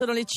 Sono le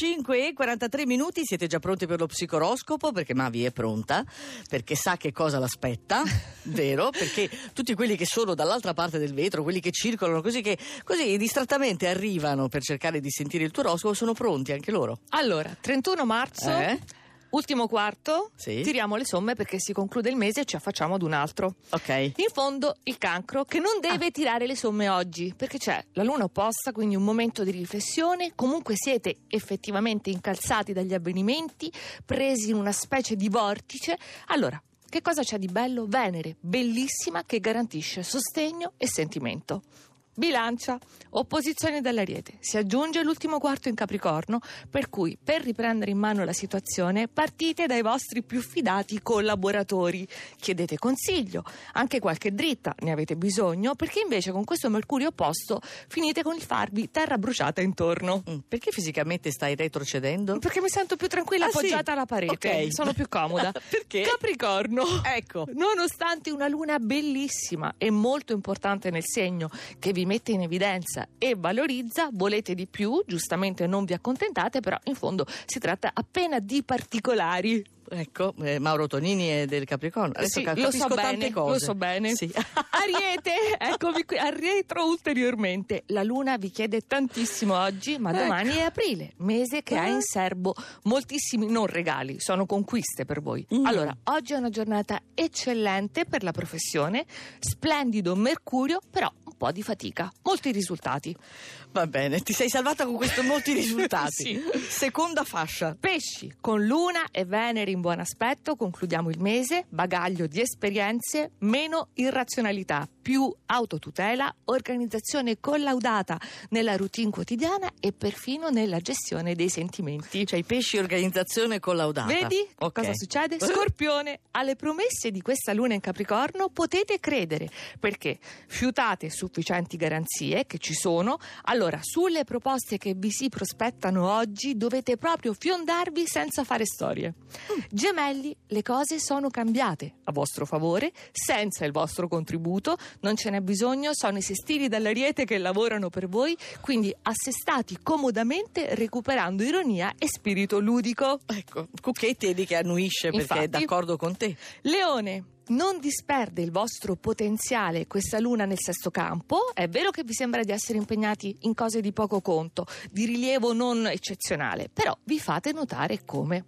5:43, siete già pronti per lo psicoroscopo? Perché Mavi è pronta, perché sa che cosa l'aspetta, vero? Perché tutti quelli che sono dall'altra parte del vetro, quelli che circolano così distrattamente arrivano per cercare di sentire il tuo oroscopo, sono pronti anche loro. Allora, 31 marzo... Ultimo quarto, sì. Tiriamo le somme perché si conclude il mese e ci affacciamo ad un altro. Ok. In fondo il Cancro che non deve tirare le somme oggi perché c'è la luna opposta, quindi un momento di riflessione. Comunque siete effettivamente incalzati dagli avvenimenti, presi in una specie di vortice. Allora, che cosa c'è di bello? Venere, bellissima, che garantisce sostegno e sentimento. Bilancia, opposizione dall'Ariete. Si aggiunge l'ultimo quarto in Capricorno, per cui per riprendere in mano la situazione partite dai vostri più fidati collaboratori. Chiedete consiglio, anche qualche dritta ne avete bisogno, perché invece con questo Mercurio opposto finite con il farvi terra bruciata intorno. Perché fisicamente stai retrocedendo? Perché mi sento più tranquilla appoggiata alla parete. Okay. Sono più comoda. Perché? Capricorno. Ecco. Nonostante una luna bellissima e molto importante nel segno che vi mette in evidenza e valorizza, volete di più, giustamente non vi accontentate, però in fondo si tratta appena di particolari. Ecco, Mauro Tonini è del Capricorno. Adesso Sì, capisco lo so tante bene, cose. lo so bene. Sì. Ariete, eccovi qui, arretro ulteriormente. La luna vi chiede tantissimo oggi, ma domani è aprile, mese che ha in serbo moltissimi non regali, sono conquiste per voi. Allora, oggi è una giornata eccellente per la professione, splendido Mercurio, però un po' di fatica, molti risultati. Va bene, ti sei salvata con questi molti risultati. Sì. Seconda fascia. Pesci, con Luna e Venere in buon aspetto, concludiamo il mese, bagaglio di esperienze, meno irrazionalità, più autotutela, organizzazione collaudata nella routine quotidiana e perfino nella gestione dei sentimenti. Cioè i pesci, organizzazione collaudata. Vedi? Ok. Cosa succede? Scorpione, alle promesse di questa luna in Capricorno potete credere, perché fiutate sufficienti garanzie, che ci sono. Allora, sulle proposte che vi si prospettano oggi dovete proprio fiondarvi senza fare storie. Gemelli, le cose sono cambiate a vostro favore, senza il vostro contributo, non ce n'è bisogno, sono i sestili dall'Ariete che lavorano per voi, quindi assestati comodamente recuperando ironia e spirito ludico. Ecco, Cucchetti è lì che annuisce perché Infatti. è d'accordo con te. Leone, non disperde il vostro potenziale questa luna nel sesto campo. È vero che vi sembra di essere impegnati in cose di poco conto, di rilievo non eccezionale, però vi fate notare come.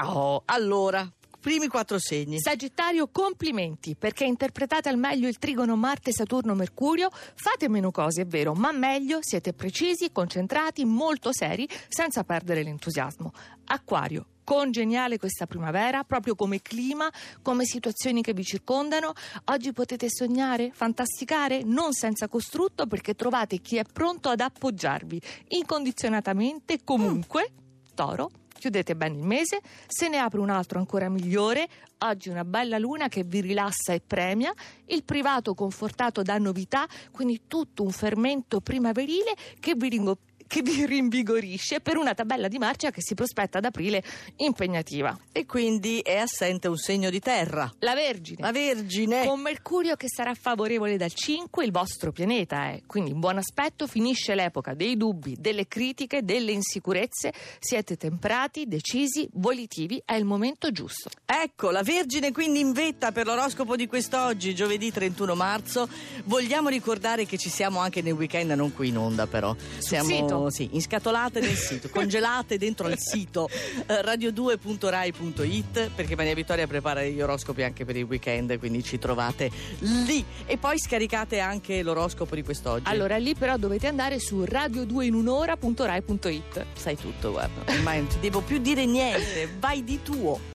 Allora, primi 4 segni. Sagittario, complimenti, perché interpretate al meglio il trigono Marte-Saturno-Mercurio. Fate meno cose, è vero, ma meglio, siete precisi, concentrati, molto seri, senza perdere l'entusiasmo. Acquario, congeniale questa primavera, proprio come clima, come situazioni che vi circondano. Oggi potete sognare, fantasticare, non senza costrutto, perché trovate chi è pronto ad appoggiarvi incondizionatamente comunque. Toro, chiudete bene il mese, se ne apre un altro ancora migliore. Oggi una bella luna che vi rilassa e premia, il privato confortato da novità, quindi tutto un fermento primaverile che vi rinvigorisce per una tabella di marcia che si prospetta ad aprile impegnativa. E quindi è assente un segno di terra. La Vergine. La Vergine. Con Mercurio che sarà favorevole dal 5, il vostro pianeta è. Quindi in buon aspetto, finisce l'epoca dei dubbi, delle critiche, delle insicurezze. Siete temprati, decisi, volitivi, è il momento giusto. Ecco, la Vergine quindi in vetta per l'oroscopo di quest'oggi, giovedì 31 marzo. Vogliamo ricordare che ci siamo anche nel weekend, non qui in onda però. Siamo sito. Sì, inscatolate nel sito, congelate dentro il sito radio2.rai.it, perché Maria Vittoria prepara gli oroscopi anche per il weekend, quindi ci trovate lì. E poi scaricate anche l'oroscopo di quest'oggi. Allora lì però dovete andare su radio2inunora.rai.it. Sai tutto, guarda, ormai non ti devo più dire niente, vai di tuo.